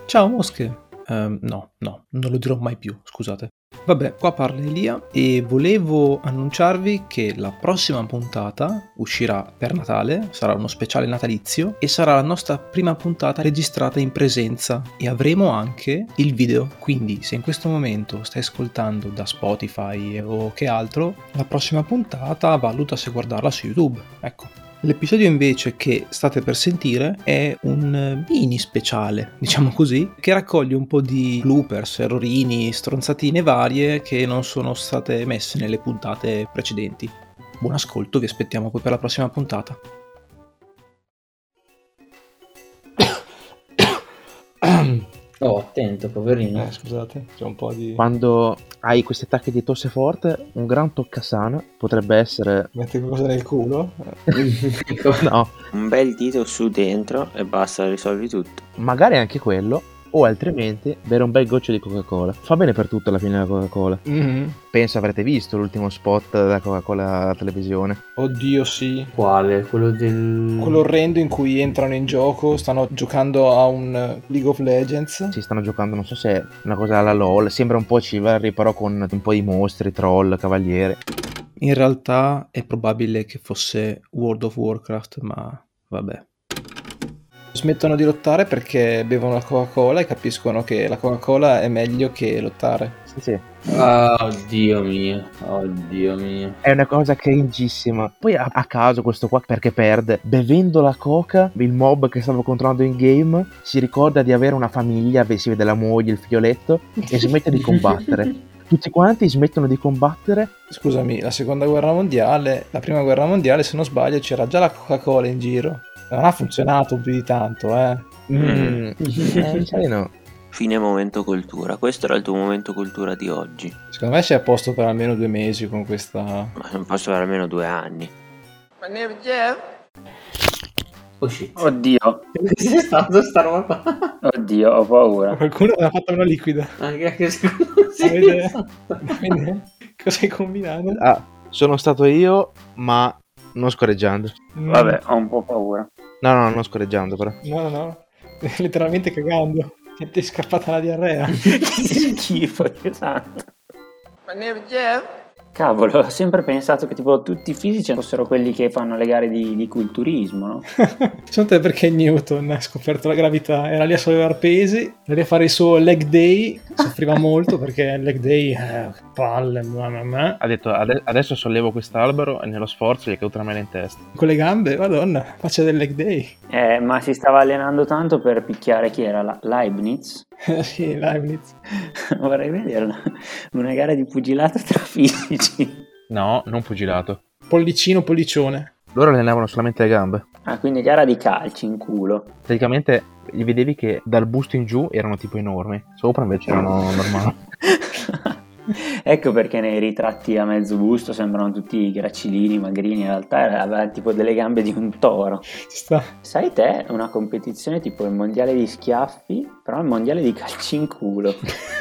Ciao mosche. No, non lo dirò mai più, scusate. Vabbè, qua parla Elia e volevo annunciarvi che la prossima puntata uscirà per Natale, sarà uno speciale natalizio e sarà la nostra prima puntata registrata in presenza e avremo anche il video. Quindi se in questo momento stai ascoltando da Spotify o che altro, la prossima puntata valuta se guardarla su YouTube. Ecco. L'episodio invece che state per sentire è un mini speciale, diciamo così, che raccoglie un po' di bloopers, errorini, stronzatine varie che non sono state messe nelle puntate precedenti. Buon ascolto, vi aspettiamo poi per la prossima puntata. Oh, attento, poverino. Scusate, c'è un po' di... Quando hai questi attacchi di tosse forte, un gran toccasana potrebbe essere... Metti qualcosa nel culo? No, Un bel dito su dentro e basta, risolvi tutto. magari anche quello, o altrimenti bere un bel goccio di Coca-Cola. Fa bene per tutto alla fine la Coca-Cola. Mm-hmm. Penso avrete visto l'ultimo spot della Coca-Cola alla televisione. Oddio sì. Quale? Quello del... Quello orrendo in cui entrano in gioco, stanno giocando a un League of Legends. Si stanno giocando, non so se è una cosa alla LOL, sembra un po' Chivalry però con un po' di mostri, troll, cavaliere. In realtà è probabile che fosse World of Warcraft, ma vabbè. Smettono di lottare perché bevono la Coca-Cola e capiscono che la Coca-Cola è meglio che lottare. Sì. Oddio mio. È una cosa cringissima. Poi a caso questo qua, perché perde, bevendo la coca, il mob che stava controllando in game si ricorda di avere una famiglia, si vede la moglie, il figlioletto, e smette di combattere. Tutti quanti smettono di combattere. Scusami, la seconda guerra mondiale, la prima guerra mondiale, se non sbaglio, c'era già la Coca-Cola in giro. Non ha funzionato più di tanto, Sai no. Fine momento cultura. Questo era il tuo momento cultura di oggi. Secondo me sei a posto per almeno 2 mesi con questa... Ma non posso avere almeno 2 anni. Oh shit. Oddio. Cos'è stato sta roba qua? Oddio, ho paura. Qualcuno ne ha fatta una liquida. Anche che Vedi? Cosa hai combinato? Ah, sono stato io, ma non scorreggiando. Vabbè, ho un po' paura. No, non scorreggiando però. No. Letteralmente cagando. Ti è scappata la diarrea. Che schifo, Dio santo. Cavolo, ho sempre pensato che tipo tutti i fisici fossero quelli che fanno le gare di culturismo, no? Secondo te perché Newton ha scoperto la gravità? Era lì a sollevare pesi, era lì a fare il suo leg day, soffriva molto perché il leg day, che palle, mamma. Ha detto adesso sollevo quest'albero e nello sforzo gli è caduta una mela in testa. Con le gambe, madonna, faccia del leg day. Ma si stava allenando tanto per picchiare chi era? Leibniz? Sì, Leibniz. Vorrei vedere una gara di pugilato tra fisici. No, non pugilato. Pollicione. Loro allenavano solamente le gambe. Ah, quindi gara di calci in culo. Praticamente li vedevi che dal busto in giù erano tipo enormi, sopra invece erano normali. Ecco perché nei ritratti a mezzo busto sembrano tutti gracilini, magrini, in realtà aveva tipo delle gambe di un toro. Ci sta. Sai te, una competizione tipo il mondiale di schiaffi, però il mondiale di calci in culo.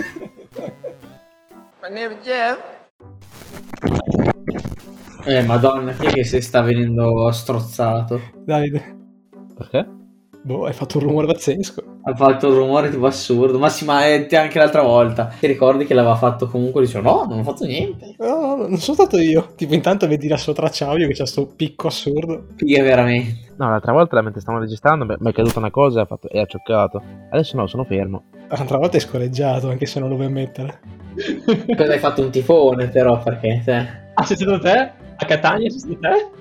Madonna, chi è che si sta venendo strozzato? Davide. Perché? Boh, hai fatto un rumore pazzesco. Ha fatto un rumore tipo assurdo. Ma sì, ma è anche l'altra volta. Ti ricordi che l'aveva fatto comunque? Dicevo, no, non ho fatto niente. No, non sono stato io. Tipo intanto vedi la sua traccia audio che c'ha sto picco assurdo. Figa veramente. No, l'altra volta mentre stavamo registrando mi è caduta una cosa e ha cioccato. Adesso no, sono fermo. L'altra volta hai scorreggiato, anche se non lo vuoi ammettere. Poi hai fatto un tifone però, perché te... Ah, sei stato te? A Catania sei stato te?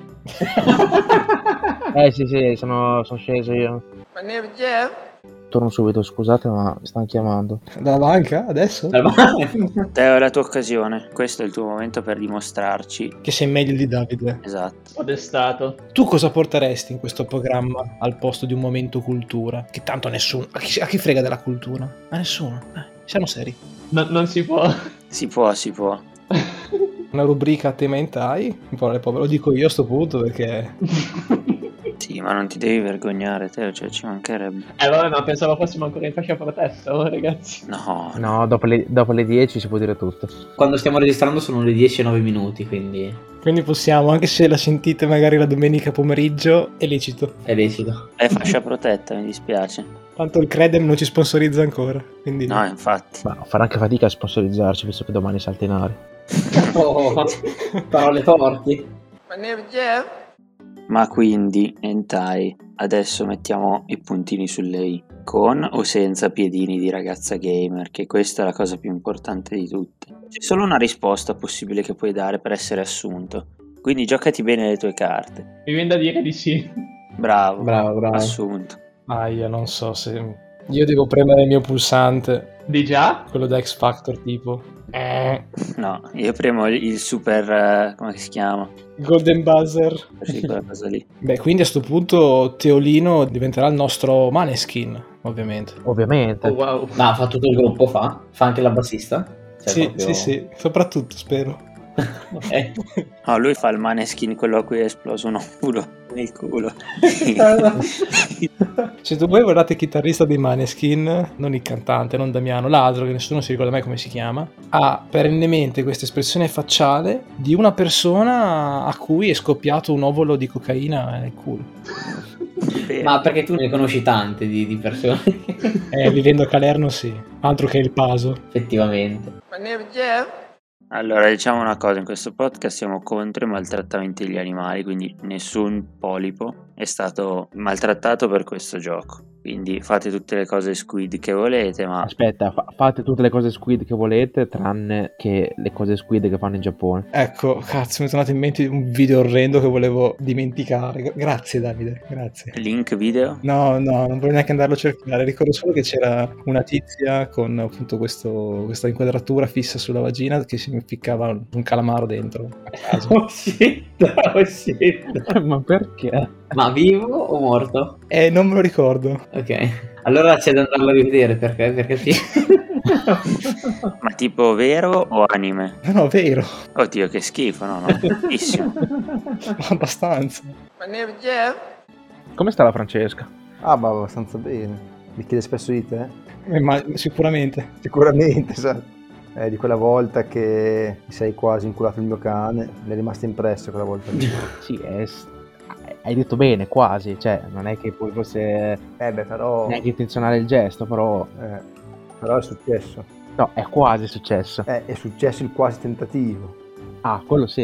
Sì, sono sceso io. Torno subito, scusate, ma mi stanno chiamando. Dalla banca? Adesso? Teo, è la tua occasione. Questo è il tuo momento per dimostrarci. Che sei meglio di Davide. Esatto. Modestato. Tu cosa porteresti in questo programma al posto di un momento cultura? Che tanto nessuno... A chi frega della cultura? A nessuno. Siamo seri. Non si può. Si può. Una rubrica a tema hentai? In parole povere. Lo dico io a sto punto perché... Sì, ma non ti devi vergognare, Teo, cioè ci mancherebbe. Vabbè, ma pensavo fossimo ancora in fascia protesta, ragazzi. No. Dopo le 10 si può dire tutto. Quando stiamo registrando sono le 10 e 9 minuti, quindi Quindi possiamo, anche se la sentite magari la domenica pomeriggio, è lecito. è lecito. È fascia protetta, mi dispiace. Tanto il Credem non ci sponsorizza ancora, quindi... No, infatti. Ma farà anche fatica a sponsorizzarci, visto che domani salta in aria. Oh, parole forti. Ma quindi, Entai, adesso mettiamo i puntini sulle i. Con o senza piedini di ragazza gamer, che questa è la cosa più importante di tutte. C'è solo una risposta possibile che puoi dare per essere assunto. Quindi giocati bene le tue carte. Mi viene da dire di sì. Bravo, Bravo. assunto. Io non so se... Io devo premere il mio pulsante, Di già? quello da X Factor tipo. No, io premo il super... come si chiama? Golden Buzzer. Sì, quella cosa lì. Beh, quindi a sto punto Teolino diventerà il nostro Maneskin, ovviamente. Ovviamente. Oh, wow. Ma fa tutto il gruppo, fa anche la bassista? Cioè, Sì, proprio- sì, soprattutto spero. Ok. No, lui fa il Maneskin, quello a cui è esploso un ovulo nel culo. Se tu voi guardate il chitarrista dei Maneskin, non il cantante, non Damiano, l'altro che nessuno si ricorda mai come si chiama, ha perennemente questa espressione facciale di una persona a cui è scoppiato un ovolo di cocaina nel culo. Ma perché tu ne conosci tante di persone? Vivendo a Calerno sì, altro che il Paso. Effettivamente. Allora, diciamo una cosa, in questo podcast siamo contro i maltrattamenti degli animali, quindi nessun polipo è stato maltrattato per questo gioco. Quindi fate tutte le cose squid che volete, ma Aspetta, fate tutte le cose squid che volete, tranne che le cose squid che fanno in Giappone. Ecco, cazzo, mi è tornato in mente un video orrendo che volevo dimenticare. Grazie Davide, grazie. link video? No, non voglio neanche andarlo a cercare. Ricordo solo che c'era una tizia con appunto questa inquadratura fissa sulla vagina che si impiccava un calamaro dentro. A caso. Oh shit. Ma perché? Ma vivo o morto? Non me lo ricordo. Ok. Allora c'è da andarlo a rivedere perché sì. Ma tipo vero o anime? No, vero. Oddio, che schifo, no, bellissimo. Abbastanza. Come sta la Francesca? Ah, ma abbastanza bene. Mi chiede spesso di te? Ma sicuramente. Sicuramente, esatto. Di quella volta che ti sei quasi inculato il mio cane, mi è rimasta impressa quella volta lì. Sì, hai detto bene, quasi. Cioè, non è che poi fosse Però neanche intenzionale il gesto, però... però è successo. No, è quasi successo. È successo il quasi tentativo. Ah, quello sì.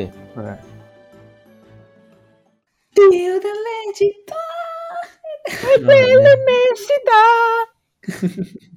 Dio delle città. Belle immensità.